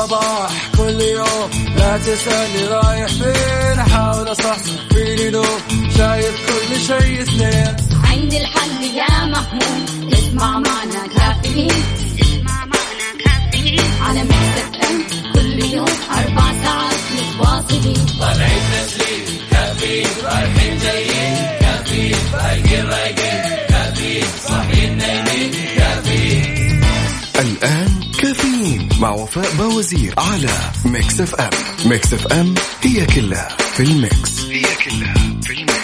الصباح كل يوم، لا تسألني رايح فين، أحاول أصحصح فيني لو شايف كل شيء اثنين. عندي الحل يا محمود، اسمع معنا كافيين، اسمع معنا كافيين على ميكس اف ام كل يوم 4 ساعات متواصلين. طالعين تسليم كافيين، رايحين جايين كافيين، رايقين رايقين كافيين، صاحيين نايمين كافيين. الآن كافيين مع وفاء باوزير على ميكس اف ام. ميكس اف ام هي كلها في الميكس، هي كلها في الميكس.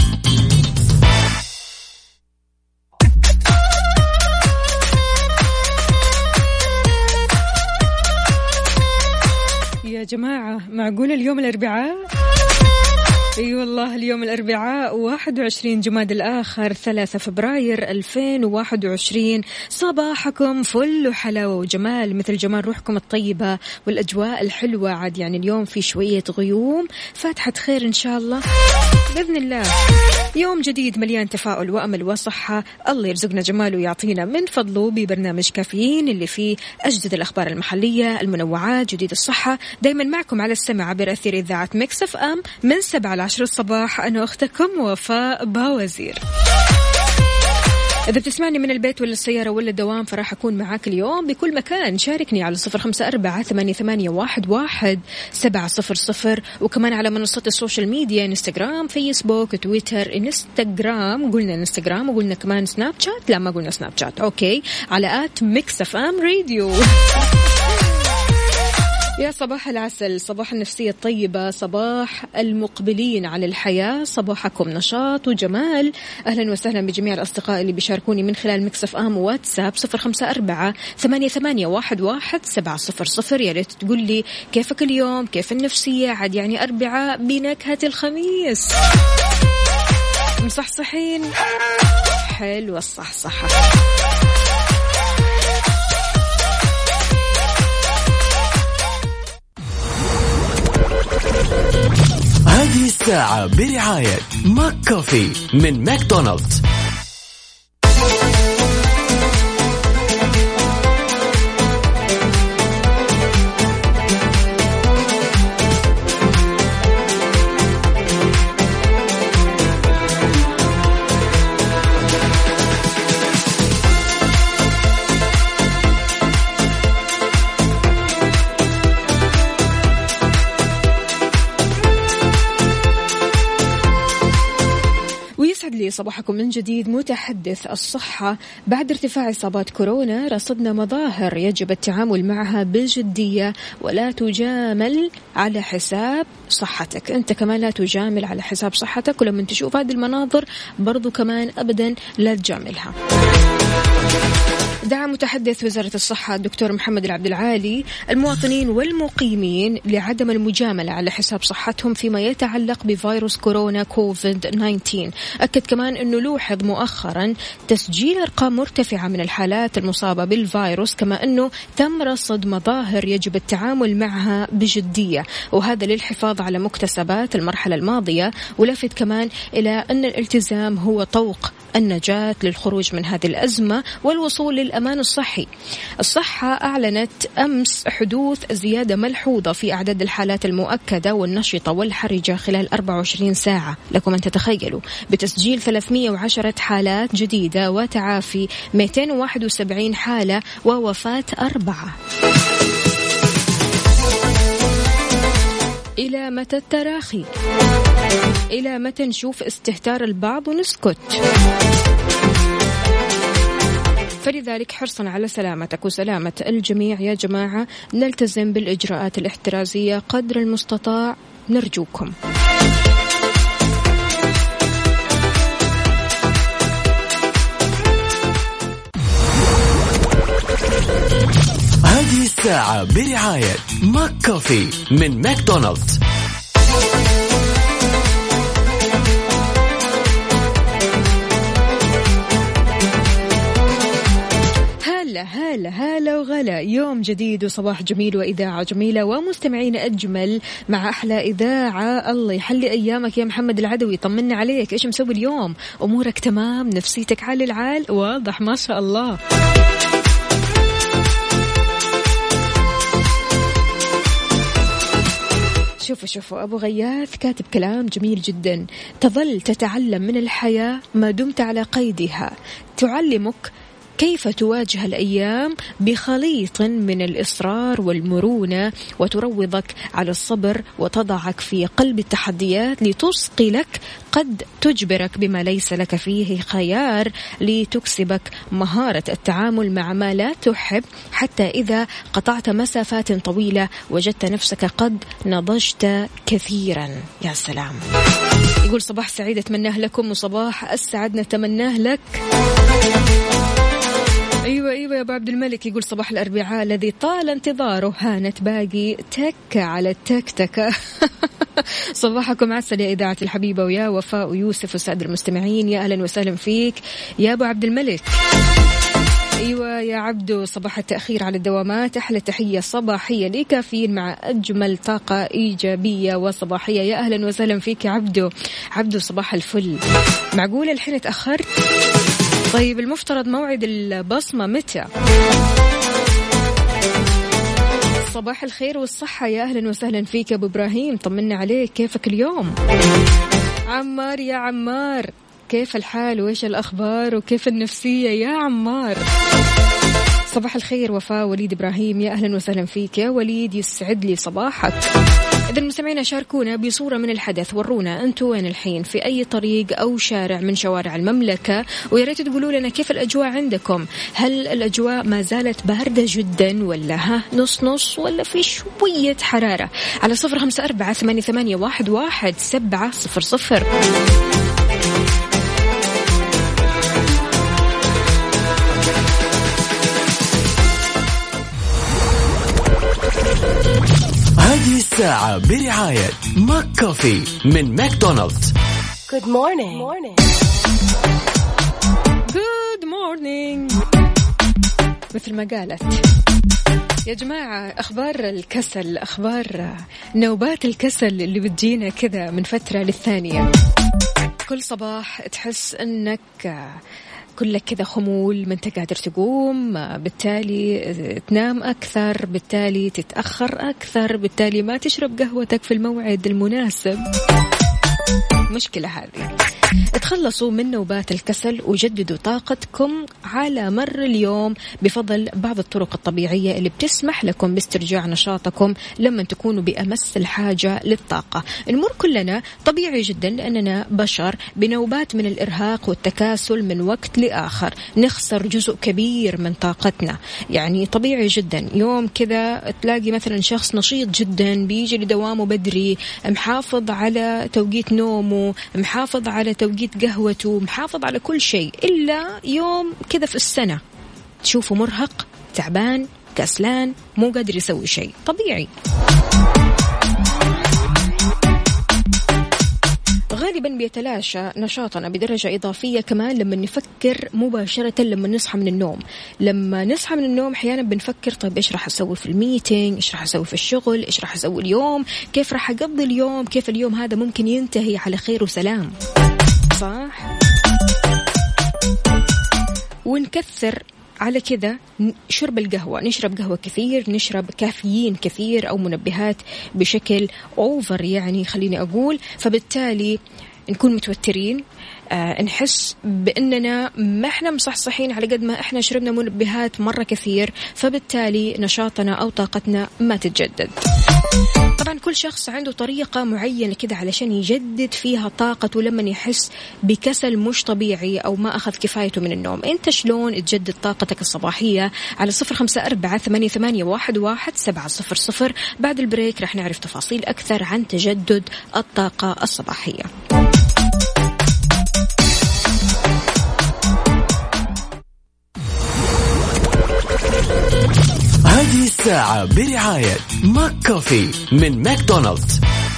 يا جماعة معقول اليوم الأربعاء؟ أي والله اليوم الأربعاء 21 جماد الآخر 3 فبراير 2021. صباحكم فل وحلاوة وجمال مثل جمال روحكم الطيبة والأجواء الحلوة. عاد يعني اليوم في شوية غيوم، فاتحة خير إن شاء الله بإذن الله. يوم جديد مليان تفاؤل وأمل وصحة. الله يرزقنا جماله ويعطينا من فضله ببرنامج كافيين اللي فيه أجدد الأخبار المحلية، المنوعات، جديد الصحة. دايما معكم على السمع عبر أثير إذاعة ميكس اف ام من 7 ل 10 الصباح. أنا أختكم وفاء باوزير. إذا بتسمعني من البيت ولا السيارة ولا الدوام فراح أكون معاك اليوم بكل مكان. شاركني على 0548811700 وكمان على منصات السوشيال ميديا، انستغرام، فيسبوك، تويتر. انستغرام قلنا انستغرام وقلنا كمان سناب شات، لا ما قلنا سناب شات، أوكي، على @mixfmradio. يا صباح العسل، صباح النفسية الطيبة، صباح المقبلين على الحياة، صباحكم نشاط وجمال. أهلا وسهلا بجميع الأصدقاء اللي بيشاركوني من خلال ميكس اف ام واتساب 0548811700. يا ريت تقول لي كيفك اليوم، كيف النفسية. عاد يعني أربعاء بنكهة الخميس، مصحصحين، حلو الصحصحة. هذه الساعة برعاية ماك كوفي من ماكدونالدز. صباحكم من جديد. متحدث الصحة، بعد ارتفاع إصابات كورونا رصدنا مظاهر يجب التعامل معها بجدية ولا تجامل على حساب صحتك. أنت كمان لا تجامل على حساب صحتك، ولما تشوف هذه المناظر برضو كمان أبدا لا تجاملها. دعا متحدث وزارة الصحة الدكتور محمد العبد العالي المواطنين والمقيمين لعدم المجاملة على حساب صحتهم فيما يتعلق بفيروس كورونا كوفيد 19. أكد كمان أنه لوحظ مؤخرا تسجيل أرقام مرتفعة من الحالات المصابة بالفيروس، كما أنه تم رصد مظاهر يجب التعامل معها بجدية، وهذا للحفاظ على مكتسبات المرحلة الماضية. ولفت كمان إلى أن الالتزام هو طوق النجاة للخروج من هذه الأزمة والوصول للأمان الصحي. الصحة أعلنت أمس حدوث زيادة ملحوظة في أعداد الحالات المؤكدة والنشطة والحرجة خلال 24 ساعة، لكم أن تتخيلوا، بتسجيل 310 حالات جديدة وتعافي 271 حالة ووفاة 4. إلى متى التراخي؟ إلى متى نشوف استهتار البعض ونسكت؟ فلذلك حرصا على سلامتك وسلامة الجميع يا جماعة نلتزم بالإجراءات الاحترازية قدر المستطاع، نرجوكم. هذه الساعة برعاية ماك كوفي من ماكدونالدز. هلا وغلا، يوم جديد وصباح جميل وإذاعة جميلة ومستمعين أجمل مع أحلى إذاعة. الله يحلي أيامك يا محمد العدوي، طمنا عليك، إيش مسوي اليوم؟ أمورك تمام؟ نفسيتك عال العال؟ واضح ما شاء الله. شوفوا أبو غياث كاتب كلام جميل جدا. تظل تتعلم من الحياة ما دمت على قيدها، تعلمك كيف تواجه الأيام بخليط من الإصرار والمرونة، وتروضك على الصبر وتضعك في قلب التحديات لتثقلك، قد تجبرك بما ليس لك فيه خيار لتكسبك مهارة التعامل مع ما لا تحب، حتى إذا قطعت مسافات طويلة وجدت نفسك قد نضجت كثيرا. يا سلام. يقول صباح سعيد أتمناه لكم، وصباح السعد نتمناه لك. أيوة يا أبو عبد الملك. يقول صباح الأربعاء الذي طال انتظاره، هانت باقي تك على التكتكة. صباحكم عسل يا إذاعة الحبيبة، ويا وفاء ويوسف وسادة المستمعين، يا أهلا وسهلا فيك يا أبو عبد الملك. أيوة يا عبدو، صباح التأخير على الدوامات، أحلى تحية صباحية لكافيين مع أجمل طاقة إيجابية وصباحية. يا أهلا وسهلا فيك يا عبدو صباح الفل. معقولة الحين تأخرت؟ طيب المفترض موعد البصمة متى؟ صباح الخير والصحة، يا أهلا وسهلا فيك أبو إبراهيم، طمنا عليك، كيفك اليوم؟ عمار يا عمار، كيف الحال وإيش الأخبار وكيف النفسية يا عمار؟ صباح الخير وفاء وليد إبراهيم، يا أهلا وسهلا فيك يا وليد، يسعد لي صباحك. إذا المستمعين شاركونا بصورة من الحدث، ورونا أنتوا وين الحين، في أي طريق أو شارع من شوارع المملكة، ويا ريت تقولوا لنا كيف الأجواء عندكم. هل الأجواء ما زالت باردة جدا، ولا نص ولا في شوية حرارة؟ على 0548811700. هذه الساعة برعاية ماك كوفي من ماكدونالدز. Good morning. Good morning. مثل ما قالت يا جماعة، أخبار الكسل، أخبار نوبات الكسل اللي بتجينا كذا من فترة للثانية. كل صباح تحس أنك كلك كذا خمول، ما انت قادر تقوم، بالتالي تنام أكثر، بالتالي تتأخر أكثر، بالتالي ما تشرب قهوتك في الموعد المناسب. مشكلة هذه. تخلصوا من نوبات الكسل وجددوا طاقتكم على مر اليوم بفضل بعض الطرق الطبيعية اللي بتسمح لكم باسترجاع نشاطكم لما تكونوا بأمس الحاجة للطاقة. نمر كلنا طبيعي جدا لأننا بشر بنوبات من الإرهاق والتكاسل من وقت لآخر، نخسر جزء كبير من طاقتنا. يعني طبيعي جدا يوم كذا تلاقي مثلا شخص نشيط جدا بيجي لدوامه بدري، محافظ على توقيت نومه، محافظ على توقيت قهوته، محافظ على كل شيء، إلا يوم كذا في السنة تشوفه مرهق، تعبان، كسلان، مو قادر يسوي شيء. طبيعي. غالبا بيتلاشى نشاطنا بدرجة إضافية كمان لما نفكر مباشرة لما نصحى من النوم. لما نصحى من النوم أحيانا بنفكر طيب إيش راح أسوي في الميتينج، إيش راح أسوي في الشغل، إيش راح أسوي اليوم، كيف راح أقضي اليوم، كيف اليوم هذا ممكن ينتهي على خير وسلام. صح؟ ونكثر على كذا شرب القهوة، نشرب قهوة كثير، نشرب كافيين كثير أو منبهات بشكل أوفر، يعني خليني أقول، فبالتالي نكون متوترين، نحس بأننا ما احنا مصحصحين على قد ما احنا شربنا منبهات مرة كثير، فبالتالي نشاطنا أو طاقتنا ما تتجدد. طبعا كل شخص عنده طريقة معينة كده علشان يجدد فيها طاقته لما يحس بكسل مش طبيعي أو ما أخذ كفايته من النوم. أنت شلون تجدد طاقتك الصباحية؟ على 0548811700. بعد البريك رح نعرف تفاصيل أكثر عن تجدد الطاقة الصباحية. هذه الساعة برعاية ماك كوفي من ماكدونالدز.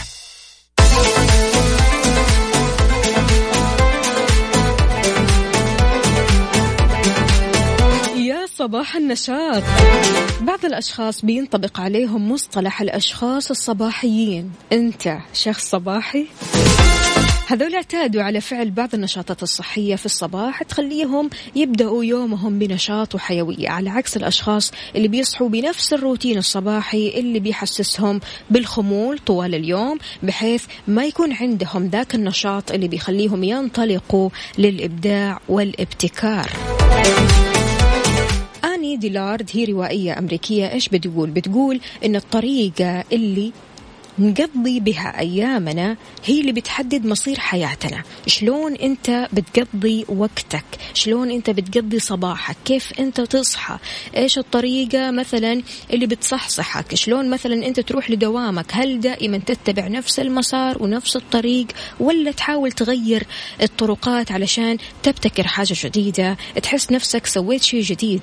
يا صباح النشاط. بعض الأشخاص بينطبق عليهم مصطلح الأشخاص الصباحيين. أنت شخص صباحي؟ هذول اعتادوا على فعل بعض النشاطات الصحية في الصباح تخليهم يبدأوا يومهم بنشاط وحيوية، على عكس الأشخاص اللي بيصحوا بنفس الروتين الصباحي اللي بيحسسهم بالخمول طوال اليوم، بحيث ما يكون عندهم ذاك النشاط اللي بيخليهم ينطلقوا للإبداع والابتكار. آني ديلارد هي روائية أمريكية، إيش بتقول إن الطريقة اللي نقضي بها أيامنا هي اللي بتحدد مصير حياتنا. شلون أنت بتقضي وقتك، شلون أنت بتقضي صباحك، كيف أنت تصحى، إيش الطريقة مثلا اللي بتصحصحك، شلون مثلا أنت تروح لدوامك، هل دائما تتبع نفس المسار ونفس الطريق ولا تحاول تغير الطرقات علشان تبتكر حاجة جديدة، تحس نفسك سويت شيء جديد.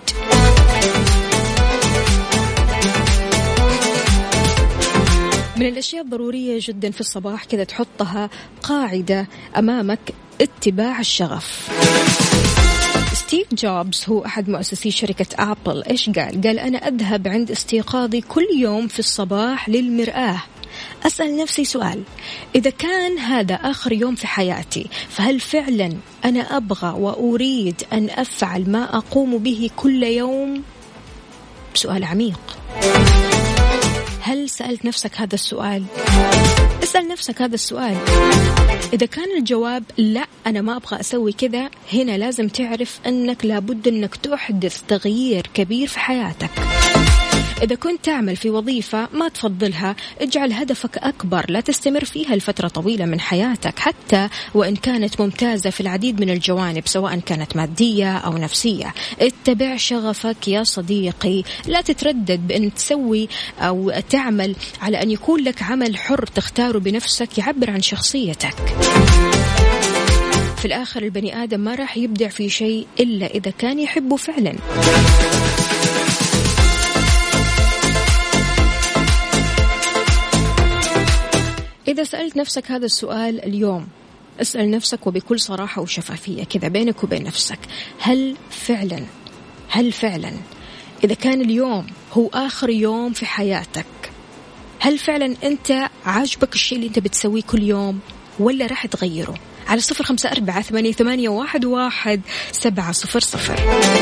من الأشياء الضرورية جدا في الصباح كذا تحطها قاعدة أمامك، اتباع الشغف. ستيف جوبز هو أحد مؤسسي شركة أبل، إيش قال أنا أذهب عند استيقاظي كل يوم في الصباح للمرآة، أسأل نفسي سؤال، إذا كان هذا آخر يوم في حياتي فهل فعلا أنا أبغى وأريد أن أفعل ما أقوم به كل يوم؟ سؤال عميق. هل سألت نفسك هذا السؤال؟ اسأل نفسك هذا السؤال. إذا كان الجواب لا أنا ما أبغى أسوي كذا، هنا لازم تعرف أنك لابد أنك تحدث تغيير كبير في حياتك. إذا كنت تعمل في وظيفة ما تفضلها، اجعل هدفك أكبر، لا تستمر فيها لفترة طويلة من حياتك حتى وإن كانت ممتازة في العديد من الجوانب سواء كانت مادية أو نفسية. اتبع شغفك يا صديقي، لا تتردد بأن تسوي أو تعمل على أن يكون لك عمل حر تختاره بنفسك يعبر عن شخصيتك. في الآخر البني آدم ما راح يبدع في شيء إلا إذا كان يحبه فعلا. إذا سألت نفسك هذا السؤال اليوم، اسأل نفسك وبكل صراحة وشفافية كذا بينك وبين نفسك، هل فعلا إذا كان اليوم هو آخر يوم في حياتك، هل فعلا أنت عاجبك الشيء اللي أنت بتسويه كل يوم ولا راح تغيره؟ على 0548811700.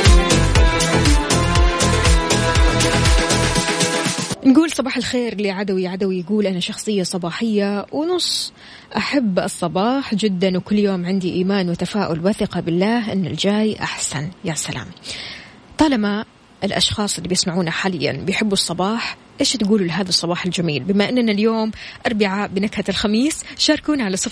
نقول صباح الخير لعدوي. عدوي يقول أنا شخصية صباحية ونص، أحب الصباح جدا وكل يوم عندي إيمان وتفاؤل وثقة بالله أن الجاي أحسن. يا سلام. طالما الأشخاص اللي بيسمعونا حاليا بيحبوا الصباح، إيش تقولوا لهذا الصباح الجميل؟ بما أننا اليوم أربعاء بنكهة الخميس، شاركونا على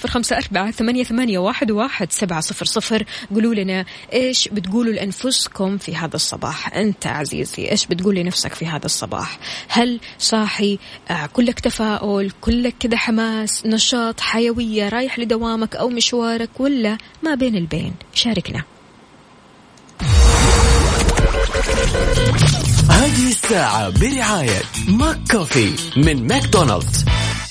0548811700. قولوا لنا إيش بتقولوا لأنفسكم في هذا الصباح. أنت عزيزي إيش بتقول لنفسك في هذا الصباح؟ هل صاحي كلك تفاؤل، كلك كذا حماس، نشاط، حيوية، رايح لدوامك أو مشوارك، ولا ما بين البين؟ شاركنا. هذه الساعة برعاية ماك كوفي من ماكدونالدز.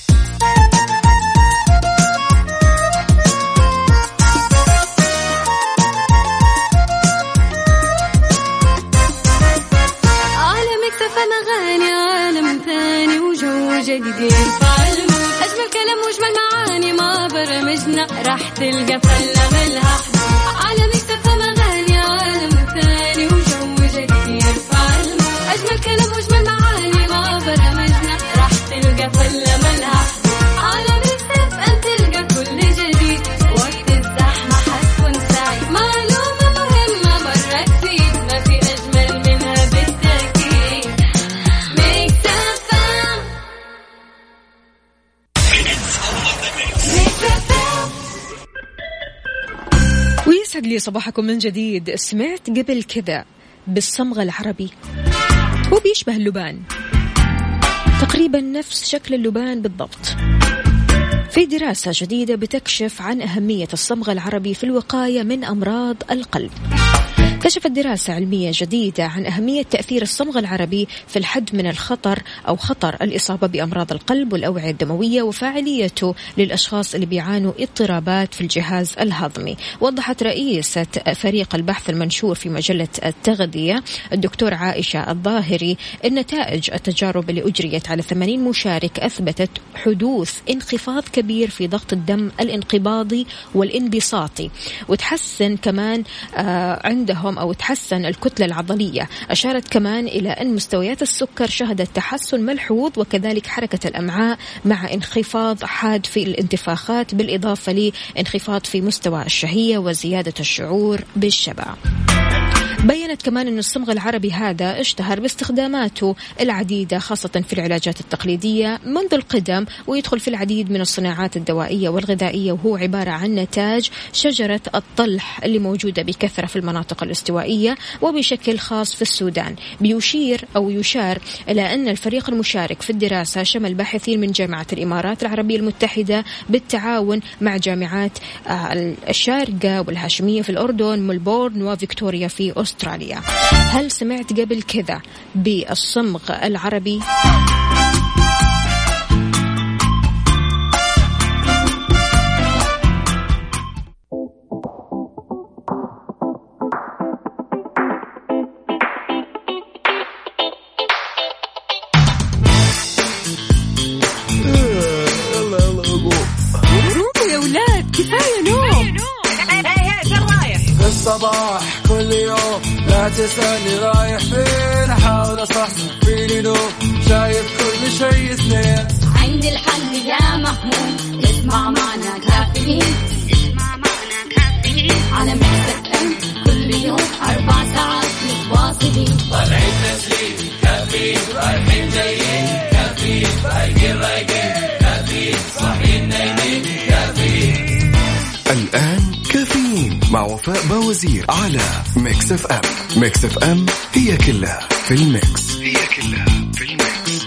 على مكسف أغاني عالم ثاني وجو جديد، أجمل كلام وأجمل معاني ما برمجنا راح تلقى فلة ملها. على مكسف أغاني عالم ثاني وجو جديد، أجمل كلام وأجمل معاني ما برمجنا راح تلقى فلة ملها. على مكسف أن تلقى كل جديد، وقت الزحمة حتكون سعيد. معلومة مهمة مرة تفيد، ما في أجمل منها بالتأكيد. مكسف. ويسعد لي صباحكم من جديد. سمعت قبل كذا بالصمغ العربي، هو بيشبه اللبان تقريبا، نفس شكل اللبان بالضبط. في دراسة جديدة بتكشف عن أهمية الصمغ العربي في الوقاية من أمراض القلب. كشفت دراسة علمية جديدة عن أهمية تأثير الصمغ العربي في الحد من الخطر أو خطر الإصابة بأمراض القلب والأوعية الدموية وفاعليته للأشخاص اللي بيعانوا اضطرابات في الجهاز الهضمي. وضحت رئيسة فريق البحث المنشور في مجلة التغذية الدكتور عائشة الظاهري أن نتائج التجارب اللي أجريت على 80 مشارك أثبتت حدوث انخفاض كبير في ضغط الدم الانقباضي والانبساطي، وتحسن كمان عندهم أو تحسن الكتلة العضلية. أشارت كمان إلى أن مستويات السكر شهدت تحسن ملحوظ، وكذلك حركة الأمعاء مع انخفاض حاد في الانتفاخات، بالإضافة لانخفاض في مستوى الشهية وزيادة الشعور بالشبع. بيّنت كمان أن الصمغ العربي هذا اشتهر باستخداماته العديدة خاصة في العلاجات التقليدية منذ القدم، ويدخل في العديد من الصناعات الدوائية والغذائية، وهو عبارة عن نتاج شجرة الطلح اللي موجودة بكثرة في المناطق الاستوائية وبشكل خاص في السودان. يشار إلى أن الفريق المشارك في الدراسة شمل باحثين من جامعة الإمارات العربية المتحدة بالتعاون مع جامعات الشارقة والهاشمية في الأردن، ملبورن وفيكتوريا في أستراليا. هل سمعت قبل كذا بالصمغ العربي؟ يا ولاد كفاية نوم. في الصباح كل يوم لا تسألني رايح فين، أحاول أصحصح فيني نوم، شايف كل شيء سنين. عندي الحل يا محمود، اسمع معنا كافيين، على ميكس اف ام كل يوم 4 ساعات متواصلين. طالعين تسليم كافيين، رايحين جايين كافيين، فايقين رايقين كافيين، صاحيين نايمين كافيين. الآن كافيين مع وفاء باوزير على ميكس اف ام. ميكس اف ام هي كلها في الميكس، هي كلها في الميكس.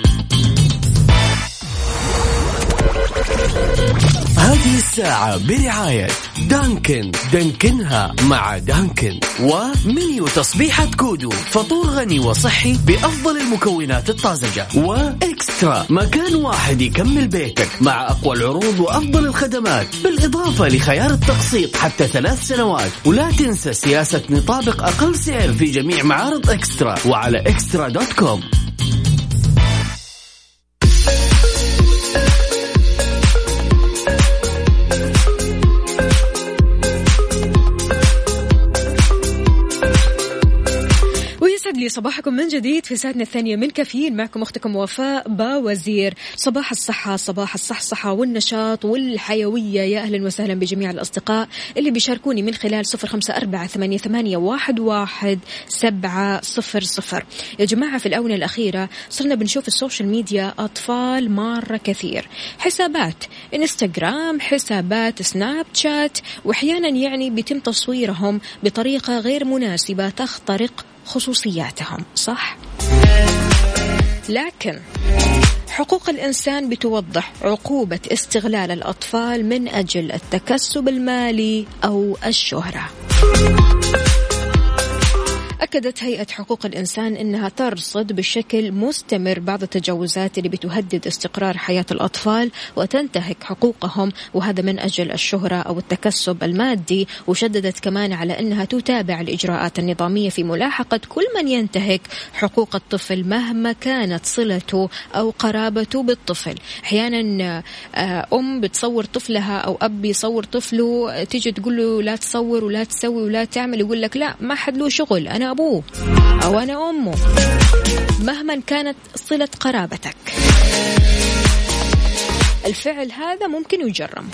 هذه الساعة برعاية دانكن، دانكنها مع دانكن، ومنيو تصبيحة كودو، فطور غني وصحي بأفضل المكونات الطازجة، وإكسترا، مكان واحد يكمل بيتك مع أقوى العروض وأفضل الخدمات، بالإضافة لخيار التقسيط حتى 3 سنوات. ولا تنسى سياسة نطابق أقل سعر في جميع معارض إكسترا وعلى extra.com. لي صباحكم من جديد في ساعتنا الثانية من كافيين، معكم أختكم وفاء باوزير. صباح الصحة، صباح الصحصحة والنشاط والحيوية. يا أهلا وسهلا بجميع الأصدقاء اللي بيشاركوني من خلال 0548811700. يا جماعة في الآونة الأخيرة صرنا بنشوف السوشيال ميديا أطفال مرة كثير، حسابات إنستغرام، حسابات سناب شات، وأحيانا يعني بيتم تصويرهم بطريقة غير مناسبة تخترق خصوصياتهم، صح؟ لكن حقوق الإنسان بتوضح عقوبة استغلال الأطفال من أجل التكسب المالي أو الشهرة. أكدت هيئة حقوق الإنسان أنها ترصد بشكل مستمر بعض التجاوزات اللي بتهدد استقرار حياة الأطفال وتنتهك حقوقهم، وهذا من أجل الشهرة أو التكسب المادي. وشددت كمان على أنها تتابع الإجراءات النظامية في ملاحقة كل من ينتهك حقوق الطفل مهما كانت صلته أو قرابته بالطفل. أحيانا بتصور طفلها أو أب يصور طفله، تيجي تقول له لا تصور ولا تسوي ولا تعمل، يقول لك لا ما حد له شغل، أنا أبوه أو أنا أمه، مهما كانت صلة قرابتك. الفعل هذا ممكن يجرم.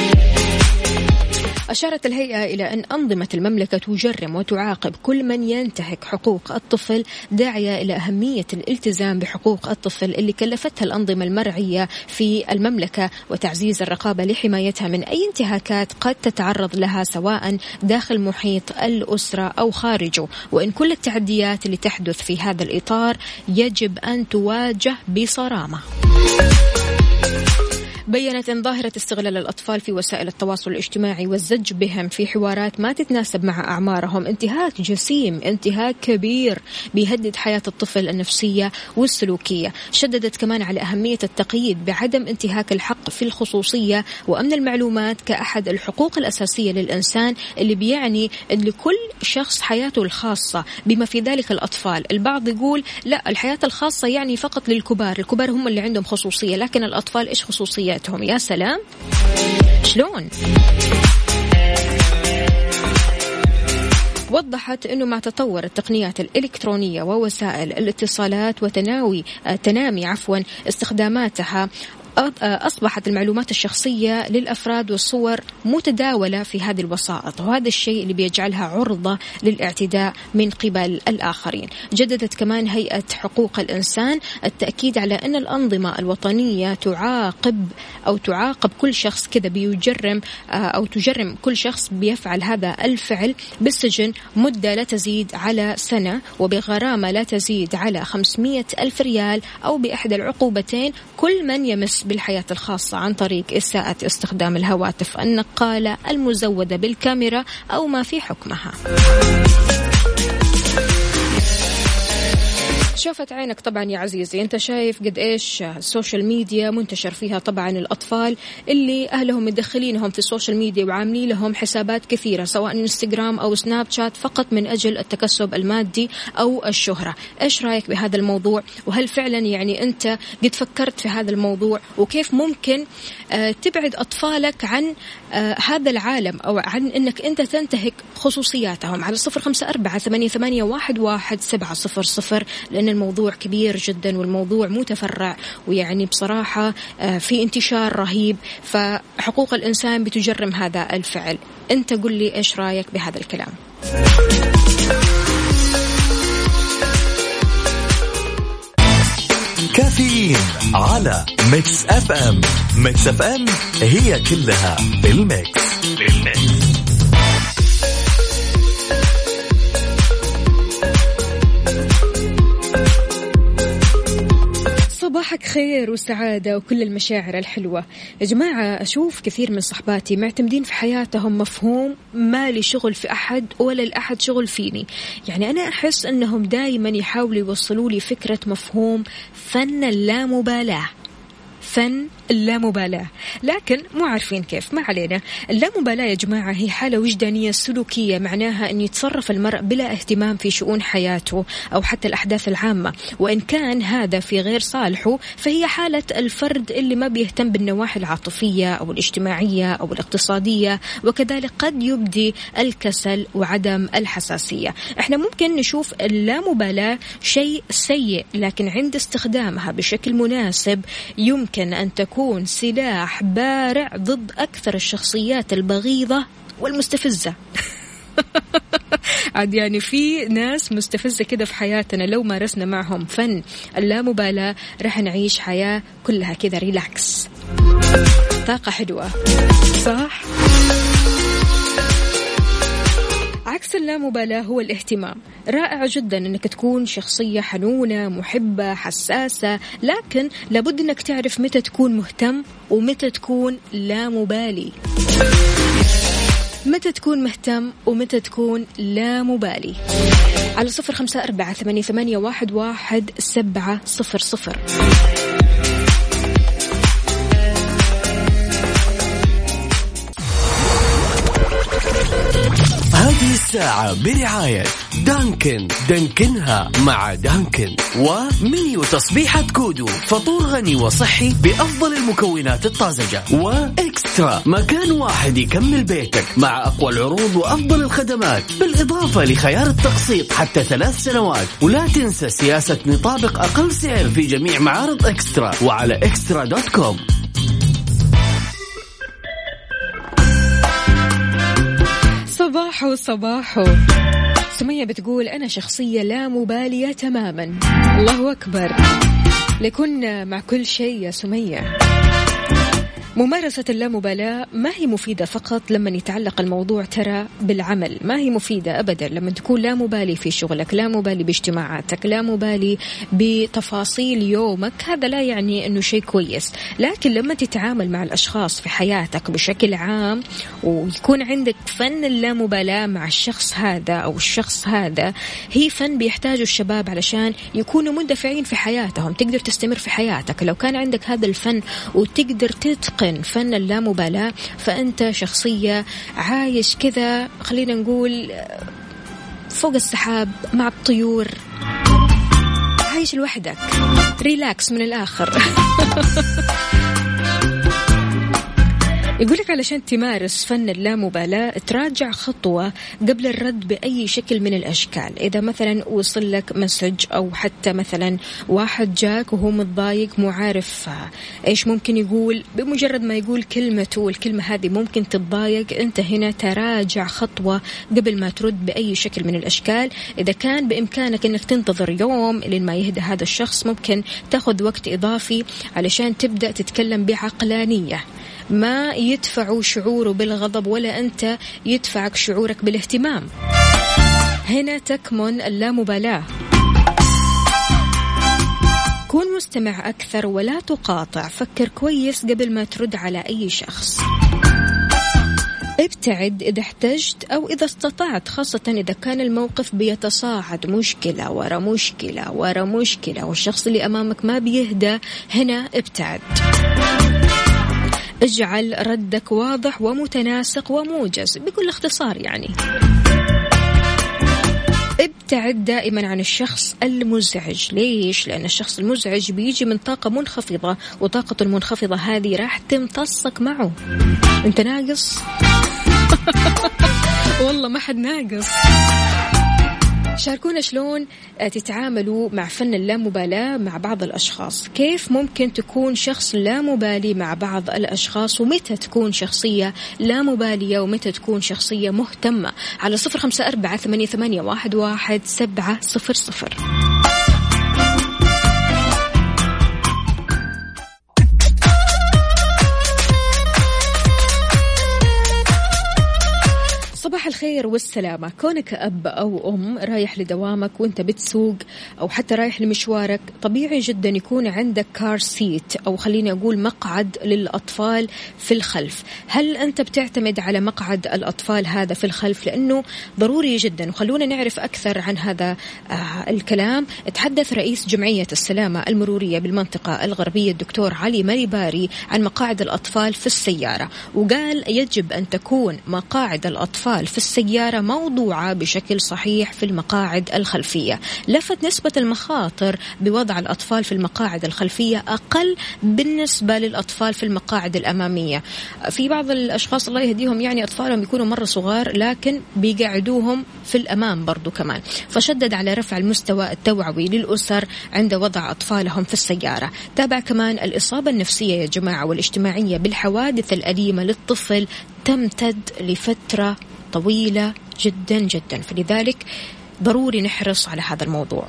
أشارت الهيئة إلى أن أنظمة المملكة تجرم وتعاقب كل من ينتهك حقوق الطفل، داعية إلى أهمية الالتزام بحقوق الطفل اللي كلفتها الأنظمة المرعية في المملكة، وتعزيز الرقابة لحمايتها من أي انتهاكات قد تتعرض لها سواء داخل محيط الأسرة أو خارجه. وإن كل التعديات اللي تحدث في هذا الإطار يجب أن تواجه بصرامة. بيّنت أن ظاهرة استغلال الأطفال في وسائل التواصل الاجتماعي والزج بهم في حوارات ما تتناسب مع أعمارهم انتهاك جسيم، انتهاك كبير بيهدد حياة الطفل النفسية والسلوكية. شددت كمان على أهمية التقييد بعدم انتهاك الحق في الخصوصية وأمن المعلومات كأحد الحقوق الأساسية للإنسان، اللي بيعني أن لكل شخص حياته الخاصة بما في ذلك الأطفال. البعض يقول لا، الحياة الخاصة يعني فقط للكبار، الكبار هم اللي عندهم خصوصية، لكن الأطفال إيش خصوصياتهم؟ يا سلام، شلون؟ وضحت أنه مع تطور التقنيات الإلكترونية ووسائل الاتصالات وتنامي استخداماتها، أصبحت المعلومات الشخصية للأفراد والصور متداولة في هذه الوسائط، وهذا الشيء اللي بيجعلها عرضة للاعتداء من قبل الآخرين. جددت كمان هيئة حقوق الإنسان التأكيد على أن الأنظمة الوطنية تعاقب كل شخص كذا بيجرم أو تجرم كل شخص بيفعل هذا الفعل بالسجن مدة لا تزيد على سنة، وبغرامة لا تزيد على 500,000 ريال، أو بإحدى العقوبتين كل من يمس بالحياة الخاصة عن طريق إساءة استخدام الهواتف النقالة المزودة بالكاميرا أو ما في حكمها. شافت عينك طبعا يا عزيزي، انت شايف قد ايش السوشيال ميديا منتشر فيها طبعا الأطفال اللي أهلهم مدخلينهم في السوشيال ميديا وعاملين لهم حسابات كثيرة سواء انستغرام أو سناب شات فقط من أجل التكسب المادي أو الشهرة. ايش رأيك بهذا الموضوع؟ وهل فعلا يعني انت قد فكرت في هذا الموضوع؟ وكيف ممكن تبعد أطفالك عن هذا العالم أو عن انك انت تنتهك خصوصياتهم؟ على 0548811700 لأن الموضوع كبير جدا والموضوع متفرع، ويعني بصراحة في انتشار رهيب، فحقوق الإنسان بتجرم هذا الفعل. أنت قل لي إيش رأيك بهذا الكلام؟ كافيين على ميكس اف ام. ميكس اف ام هي كلها بالميكس. صباحك خير وسعادة وكل المشاعر الحلوة. يا جماعة أشوف كثير من صحباتي معتمدين في حياتهم مفهوم ما لي شغل في أحد ولا الأحد شغل فيني. يعني أنا أحس أنهم دائما يحاولوا يوصلوا لي فكرة مفهوم فن اللامبالاة، فن اللامبالاة، لكن مو عارفين كيف. ما علينا. اللامبالاة يا جماعة هي حالة وجدانية سلوكية، معناها أن يتصرف المرء بلا اهتمام في شؤون حياته أو حتى الأحداث العامة، وإن كان هذا في غير صالحه فهي حالة الفرد اللي ما بيهتم بالنواحي العاطفية أو الاجتماعية أو الاقتصادية، وكذلك قد يبدي الكسل وعدم الحساسية. احنا ممكن نشوف اللامبالاة شيء سيء، لكن عند استخدامها بشكل مناسب يمكن أن تكون سلاح بارع ضد أكثر الشخصيات البغيضة والمستفزة. عاد يعني في ناس مستفزة كده في حياتنا، لو مارسنا معهم فن اللامبالاة رح نعيش حياة كلها كده ريلاكس، طاقة حلوة، صح؟ عكس اللامبالاة هو الاهتمام. رائع جدا أنك تكون شخصية حنونة محبة حساسة، لكن لابد أنك تعرف متى تكون مهتم ومتى تكون لا مبالي، متى تكون مهتم ومتى تكون لا مبالي. على 0548811700. هذه الساعة برعاية دانكن، دانكنها مع دانكن، ومنيو تصبيحة كودو، فطور غني وصحي بأفضل المكونات الطازجة، وإكسترا، مكان واحد يكمل بيتك مع أقوى العروض وأفضل الخدمات، بالإضافة لخيار التقسيط حتى 3 سنوات. ولا تنسى سياسة نطابق أقل سعر في جميع معارض إكسترا وعلى extra.com. صباحو سمية بتقول أنا شخصية لا مبالية تماما. الله أكبر، لكن مع كل شيء يا سمية. ممارسة اللامبالاة ما هي مفيدة فقط لما يتعلق الموضوع ترى بالعمل، ما هي مفيدة أبدا لما تكون لا مبالي في شغلك، لا مبالي باجتماعاتك، لا مبالي بتفاصيل يومك. هذا لا يعني أنه شيء كويس. لكن لما تتعامل مع الأشخاص في حياتك بشكل عام ويكون عندك فن اللامبالاة مع الشخص هذا أو الشخص هذا، هي فن بيحتاجه الشباب علشان يكونوا مندفعين في حياتهم، تقدر تستمر في حياتك. لو كان عندك هذا الفن وتقدر تتقن فن اللامبالاة، فأنت شخصية عايش كذا، خلينا نقول فوق السحاب مع الطيور، عايش لوحدك، ريلاكس من الآخر. يقولك علشان تمارس فن اللامبالاة تراجع خطوة قبل الرد بأي شكل من الأشكال. إذا مثلا وصل لك مسج أو حتى مثلا واحد جاك وهو متضايق مو عارف إيش ممكن يقول، بمجرد ما يقول كلمته والكلمة هذه ممكن تتضايق، أنت هنا تراجع خطوة قبل ما ترد بأي شكل من الأشكال. إذا كان بإمكانك أنك تنتظر يوم لين ما يهدى هذا الشخص، ممكن تاخذ وقت إضافي علشان تبدأ تتكلم بعقلانية، ما يدفعوا شعوره بالغضب ولا أنت يدفعك شعورك بالاهتمام. هنا تكمن اللامبالاة. كون مستمع أكثر ولا تقاطع، فكر كويس قبل ما ترد على أي شخص. ابتعد إذا احتجت أو إذا استطعت، خاصة إذا كان الموقف بيتصاعد، مشكلة ورا مشكلة ورا مشكلة والشخص اللي أمامك ما بيهدى، هنا ابتعد. اجعل ردك واضح ومتناسق وموجز، بكل اختصار يعني. ابتعد دائما عن الشخص المزعج. ليش؟ لأن الشخص المزعج بيجي من طاقة منخفضة، وطاقته المنخفضة هذه راح تمتصك معه. انت ناقص؟ والله ما حد ناقص. شاركونا شلون تتعاملوا مع فن اللامبالاة مع بعض الأشخاص، كيف ممكن تكون شخص لا مبالي مع بعض الأشخاص، ومتى تكون شخصية لا مبالية ومتى تكون شخصية مهتمة. على 0548811700. صباح الخير والسلامة. كونك أب أو أم رايح لدوامك وانت بتسوق أو حتى رايح لمشوارك، طبيعي جدا يكون عندك كار سيت أو خليني أقول مقعد للأطفال في الخلف. هل أنت بتعتمد على مقعد الأطفال هذا في الخلف؟ لأنه ضروري جدا. وخلونا نعرف أكثر عن هذا الكلام. تحدث رئيس جمعية السلامة المرورية بالمنطقة الغربية الدكتور علي مريباري عن مقاعد الأطفال في السيارة، وقال يجب أن تكون مقاعد الأطفال في السيارة موضوعة بشكل صحيح في المقاعد الخلفية. لفت نسبة المخاطر بوضع الأطفال في المقاعد الخلفية أقل بالنسبة للأطفال في المقاعد الأمامية. في بعض الأشخاص الله يهديهم يعني أطفالهم يكونوا مرة صغار لكن بيقعدوهم في الأمام برضو كمان. فشدد على رفع المستوى التوعوي للأسر عند وضع أطفالهم في السيارة. تابع كمان الإصابة النفسية يا جماعة والاجتماعية بالحوادث الأليمة للطفل تمتد لفترة طويلة جدا جدا، فلذلك ضروري نحرص على هذا الموضوع.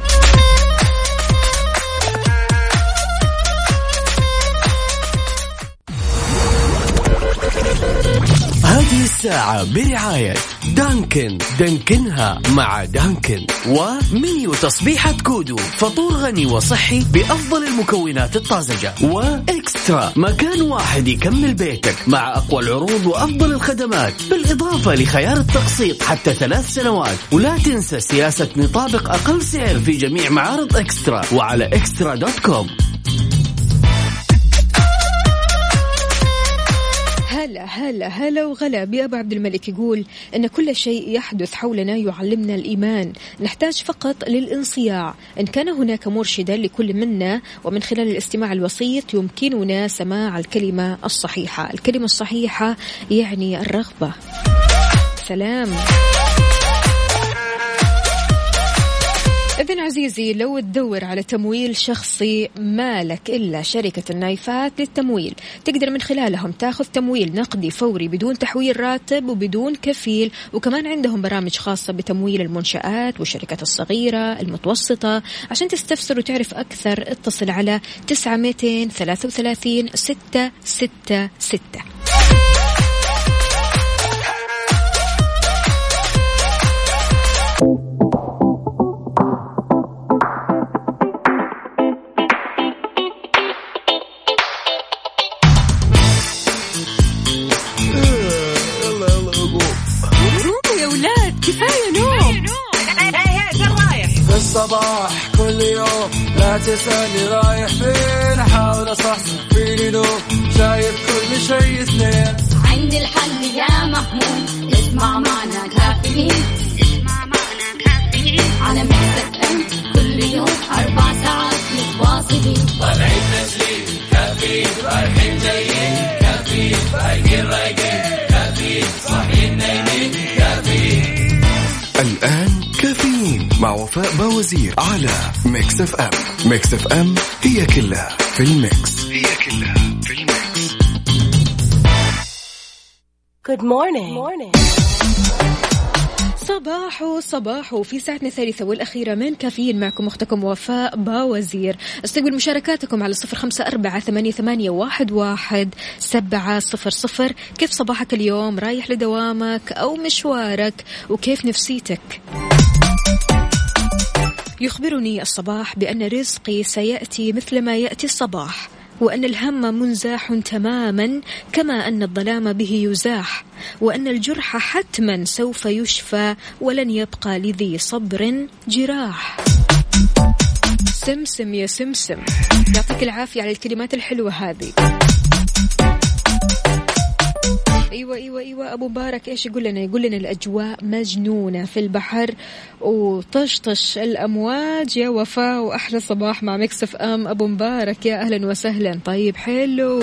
هذه الساعة برعاية دانكن، دانكنها مع دانكن، ومنيو تصبيحة كودو، فطور غني وصحي بأفضل المكونات الطازجة، وإكسترا، مكان واحد يكمل بيتك مع أقوى العروض وأفضل الخدمات، بالإضافة لخيار التقسيط حتى 3 سنوات. ولا تنسى سياسة نطابق أقل سعر في جميع معارض إكسترا وعلى extra.com. هلا وغلا بأبو عبد الملك. يقول إن كل شيء يحدث حولنا يعلمنا الإيمان، نحتاج فقط للانصياع. إن كان هناك مرشدا لكل منا، ومن خلال الاستماع الوسيط يمكننا سماع الكلمة الصحيحة. الكلمة الصحيحة يعني الرغبة. سلام. إذن عزيزي لو تدور على تمويل شخصي ما لك إلا شركة النايفات للتمويل. تقدر من خلالهم تاخذ تمويل نقدي فوري بدون تحويل راتب وبدون كفيل، وكمان عندهم برامج خاصة بتمويل المنشآت والشركات الصغيرة المتوسطة. عشان تستفسر وتعرف أكثر اتصل على 933 666. الصباح كل يوم لا تسألني رايح فين، أحاول أصحصح فيني نوم شايف كل شيء اثنين. عندي الحل يا محمود، اسمع معنا كافيين، اسمع معنا كافيين على ميكس اف ام كل يوم 4 ساعات متواصلين. طالعين تسليم كافيين، رايحين جايين كافيين، رايقين رايقين كافيين، صاحيين نايمين كافيين. الآن كافيين مع وفاء باوزير على ميكس اف ام. ميكس اف ام هي كلها في الميكس، هي كلها في الميكس. Good morning. صباحو في ساعتنا الثالثة والأخيرة من كافيين، معكم أختكم وفاء باوزير. استقبل مشاركاتكم على 0548811700. كيف صباحك اليوم؟ رايح لدوامك أو مشوارك؟ وكيف نفسيتك؟ يخبرني الصباح بأن رزقي سيأتي مثل ما يأتي الصباح، وأن الهم منزاح تماما كما أن الظلام به يزاح، وأن الجرح حتما سوف يشفى ولن يبقى لذي صبر جراح. سمسم يا سمسم، يعطيك العافية على الكلمات الحلوة هذه. ايوه ابو مبارك ايش يقول لنا؟ يقول لنا الاجواء مجنونه في البحر وطشطش الامواج يا وفاء، واحلى صباح مع ميكس اف ام. ابو مبارك يا اهلا وسهلا. طيب حلو،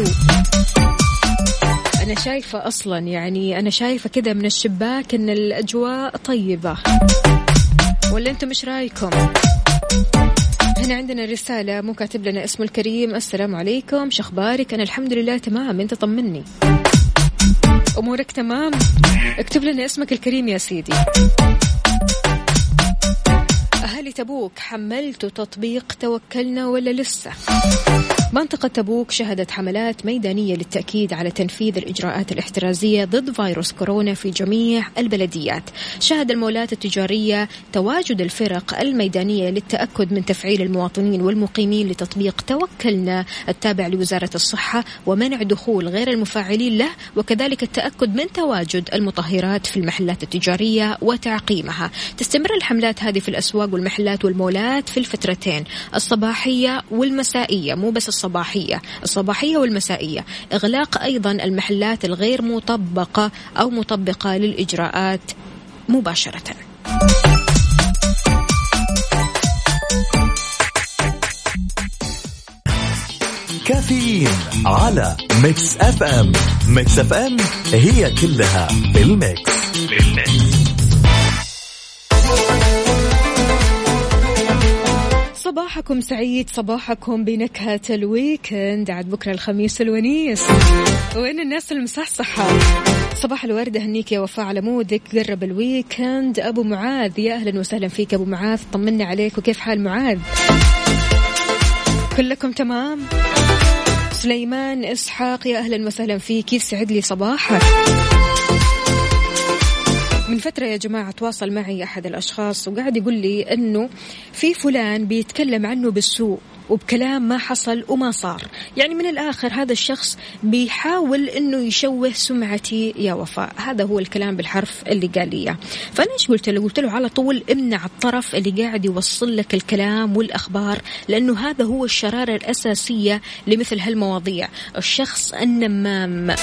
انا شايفه اصلا يعني انا شايفه كده من الشباك ان الاجواء طيبه، ولا انتم مش رايكم؟ هنا عندنا رسالة مو كاتب لنا اسمه الكريم. السلام عليكم، شخبارك؟ أنا الحمد لله تمام، أنت طمني أمورك تمام؟ اكتب لنا اسمك الكريم يا سيدي. أهالي تبوك حملتوا تطبيق توكلنا ولا لسه؟ منطقة تبوك شهدت حملات ميدانية للتأكيد على تنفيذ الإجراءات الاحترازية ضد فيروس كورونا في جميع البلديات. شهد المولات التجارية تواجد الفرق الميدانية للتأكد من تفعيل المواطنين والمقيمين لتطبيق توكلنا التابع لوزارة الصحة ومنع دخول غير المفاعلين له، وكذلك التأكد من تواجد المطهرات في المحلات التجارية وتعقيمها. تستمر الحملات هذه في الأسواق والمحلات والمولات في الفترتين الصباحية والمسائية، مو بس الصباحية والمسائية. إغلاق أيضا المحلات الغير مطبقة أو مطبقة للإجراءات مباشرة. كافيين على ميكس اف ام. ميكس اف ام هي كلها بالميكس. صباحكم سعيد، صباحكم بنكهة الويكند. عاد بكرة الخميس الونيس، وين الناس المصحصحة؟ صباح الورد، هنيك يا وفاء على مودك، قرب الويكند. أبو معاذ يا أهلا وسهلا فيك أبو معاذ، طمنا عليك وكيف حال معاذ؟ كلكم تمام؟ سليمان إسحاق يا أهلا وسهلا فيك، يسعد لي صباحك. من فترة يا جماعة تواصل معي أحد الأشخاص وقاعد يقول لي أنه في فلان بيتكلم عنه بالسوء وبكلام ما حصل وما صار. يعني من الآخر هذا الشخص بيحاول أنه يشوه سمعتي يا وفاء، هذا هو الكلام بالحرف اللي قال لي. فأنا إيش قلت له؟ قلت له على طول امنع الطرف اللي قاعد يوصل لك الكلام والأخبار، لأنه هذا هو الشرارة الأساسية لمثل هالمواضيع. الشخص النمام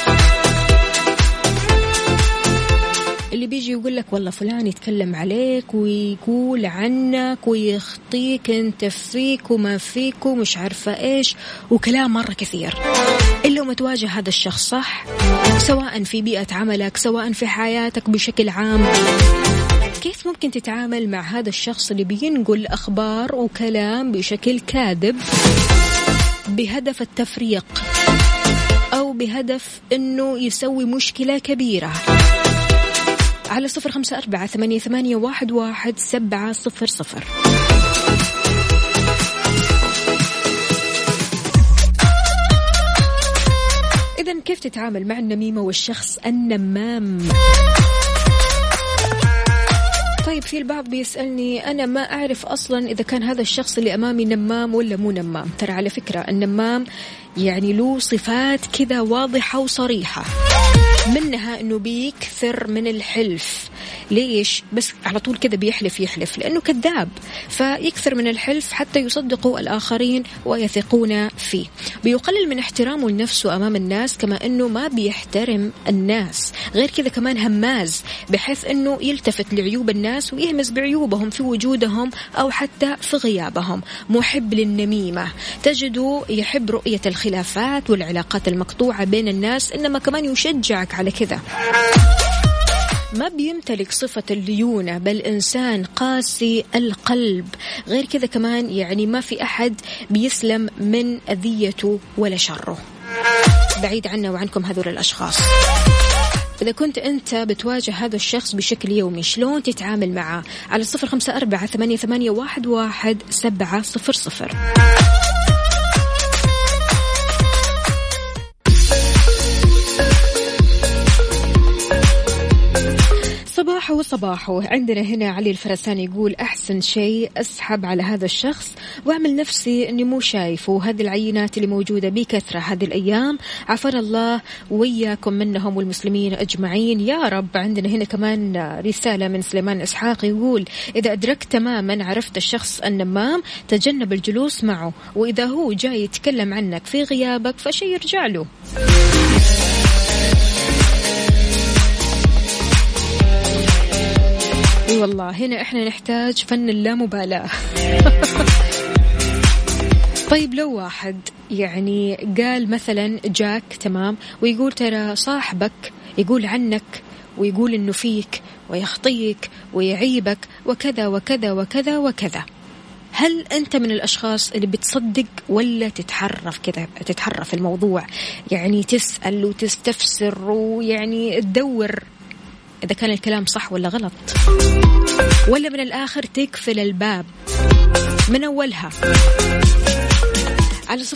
اللي بيجي يقول لك والله فلان يتكلم عليك ويقول عنك ويخطيك انت فيك وما فيك ومش عارفة ايش وكلام مرة كثير. إلا وما تواجه هذا الشخص صح، سواء في بيئة عملك سواء في حياتك بشكل عام، كيف ممكن تتعامل مع هذا الشخص اللي بينقل أخبار وكلام بشكل كاذب بهدف التفريق أو بهدف أنه يسوي مشكلة كبيرة؟ على 0548811700. إذن كيف تتعامل مع النميمة والشخص النمام؟ طيب في البعض بيسألني أنا ما أعرف أصلا إذا كان هذا الشخص اللي أمامي نمام ولا مو نمام. ترى على فكرة النمام يعني له صفات كذا واضحة وصريحة، منها أنه بيكثر من الحلف. ليش؟ بس على طول كذا بيحلف لأنه كذاب، فيكثر من الحلف حتى يصدقوا الآخرين ويثقون فيه. بيقلل من احترامه لنفسه أمام الناس، كما أنه ما بيحترم الناس. غير كذا كمان هماز، بحيث أنه يلتفت لعيوب الناس ويهمس بعيوبهم في وجودهم أو حتى في غيابهم. محب للنميمة، تجده يحب رؤية الخلافات والعلاقات المقطوعة بين الناس، إنما كمان يشجعك على كذا. ما بيمتلك صفة الليونة، بل إنسان قاسي القلب. غير كذا كمان يعني ما في أحد بيسلم من أذيته ولا شره. بعيد عنا وعنكم هذول الأشخاص. إذا كنت أنت بتواجه هذا الشخص بشكل يومي، شلون تتعامل معه؟ على 0548811700. صباحه عندنا هنا علي الفرساني يقول أحسن شيء أسحب على هذا الشخص وأعمل نفسي أني مو شايفه. هذه العينات اللي موجودة بكثرة هذه الأيام، عافانا الله وياكم منهم والمسلمين أجمعين يا رب. عندنا هنا كمان رسالة من سليمان إسحاق يقول إذا أدركت تماما عرفت الشخص النمام تجنب الجلوس معه، وإذا هو جاي يتكلم عنك في غيابك فشي يرجع له. اي والله هنا احنا نحتاج فن اللامبالاة. طيب لو واحد يعني قال مثلا جاك تمام ويقول ترى صاحبك يقول عنك ويقول انه فيك ويخطيك ويعيبك وكذا وكذا وكذا وكذا، هل أنت من الأشخاص اللي بتصدق ولا تتحرف الموضوع؟ يعني تسأل وتستفسر ويعني تدور إذا كان الكلام صح ولا غلط، ولا من الآخر تقفل الباب من أولها؟ على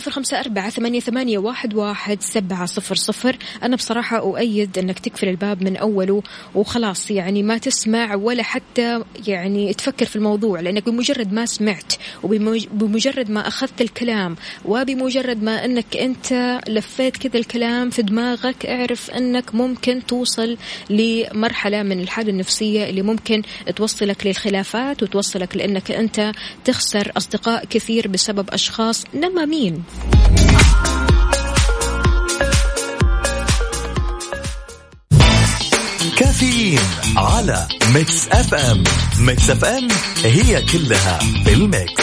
0548811700. أنا بصراحة أؤيد أنك تقفل الباب من أوله وخلاص، يعني ما تسمع ولا حتى يعني تفكر في الموضوع، لأنك بمجرد ما سمعت وبمجرد ما أخذت الكلام وبمجرد ما أنك أنت لفيت كذا الكلام في دماغك، اعرف أنك ممكن توصل لمرحلة من الحالة النفسية اللي ممكن توصلك للخلافات وتوصلك لأنك أنت تخسر أصدقاء كثير بسبب أشخاص نمامين. كافيين على ميكس اف ام. ميكس اف ام هي كلها بالميكس.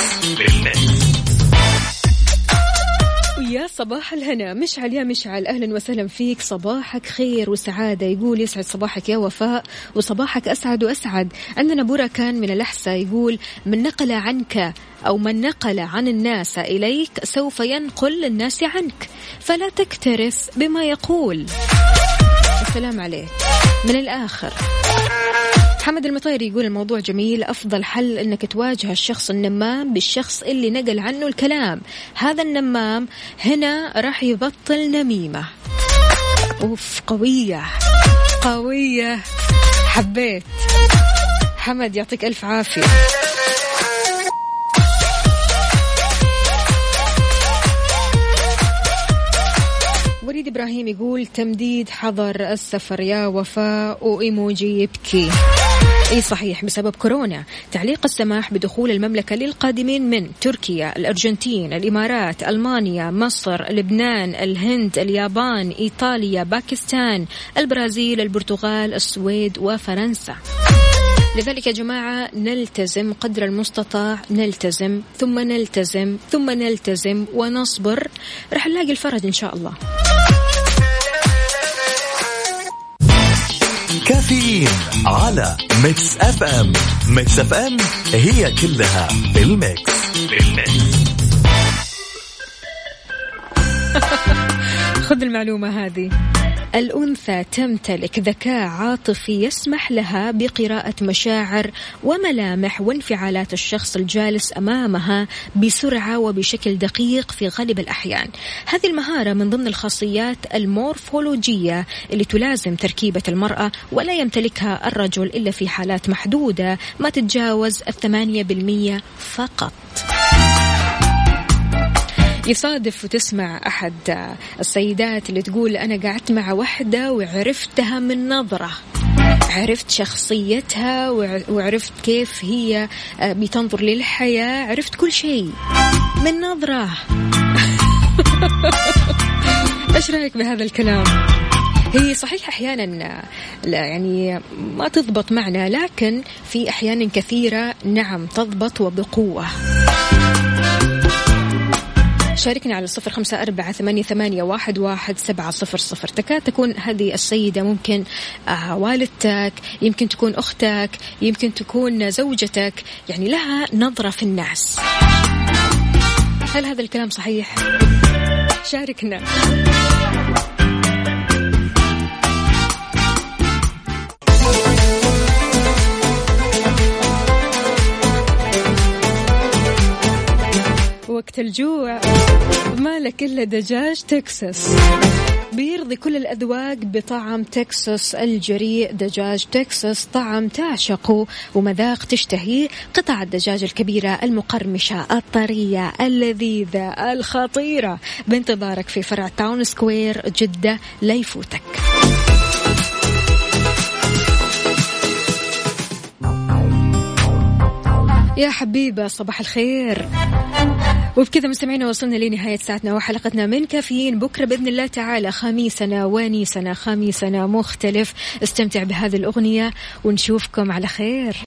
يا صباح الهنا مشعل، يا مشعل أهلا وسهلا فيك، صباحك خير وسعادة. يقول يسعد صباحك يا وفاء وصباحك أسعد وأسعد. عندنا بركان من الأحساء يقول من نقل عنك أو من نقل عن الناس إليك سوف ينقل الناس عنك، فلا تكترث بما يقول. السلام عليك من الآخر. محمد المطيري يقول الموضوع جميل، أفضل حل أنك تواجه الشخص النمام بالشخص اللي نقل عنه الكلام. هذا النمام هنا راح يبطل نميمة. أوف قوية قوية، حبيت. حمد يعطيك ألف عافية. وليد إبراهيم يقول تمديد حظر السفر يا وفاء وإيموجي يبكي. اي صحيح بسبب كورونا. تعليق السماح بدخول المملكة للقادمين من تركيا، الأرجنتين، الإمارات، ألمانيا، مصر، لبنان، الهند، اليابان، إيطاليا، باكستان، البرازيل، البرتغال، السويد وفرنسا. لذلك يا جماعة نلتزم قدر المستطاع، نلتزم ثم نلتزم ثم نلتزم ونصبر، رح نلاقي الفرج إن شاء الله. كافيين على ميكس اف ام. ميكس اف ام هي كلها بالميكس. خذ المعلومة هذه. الأنثى تمتلك ذكاء عاطفي يسمح لها بقراءة مشاعر وملامح وانفعالات الشخص الجالس أمامها بسرعة وبشكل دقيق في غالب الأحيان. هذه المهارة من ضمن الخاصيات المورفولوجية اللي تلازم تركيبة المرأة، ولا يمتلكها الرجل إلا في حالات محدودة ما تتجاوز 8% فقط. يصادف وتسمع أحد السيدات اللي تقول أنا قعدت مع وحدة وعرفتها من نظرة، عرفت شخصيتها وعرفت كيف هي بتنظر للحياة، عرفت كل شيء من نظرة. إيش رأيك بهذا الكلام؟ هي صحيح أحيانا لا يعني ما تضبط معنا، لكن في أحيان كثيرة نعم تضبط وبقوة. شاركنا على 0548811700. تكاد تكون هذه السيدة ممكن والدتك، يمكن تكون أختك، يمكن تكون زوجتك، يعني لها نظرة في الناس. هل هذا الكلام صحيح؟ شاركنا. وقت الجوع مالك إلا دجاج تكساس، بيرضي كل الأذواق بطعم تكساس الجريء. دجاج تكساس طعم تعشقه ومذاق تشتهيه. قطع الدجاج الكبيرة المقرمشة الطرية اللذيذة الخطيرة بانتظارك في فرع تاون سكوير جدة، لا يفوتك. يا حبيبة صباح الخير. وبكذا مستمعينا وصلنا لنهاية ساعتنا وحلقتنا من كافيين. بكرة بإذن الله تعالى خميسنا ونيسنا، خميسنا مختلف. استمتع بهذه الأغنية ونشوفكم على خير.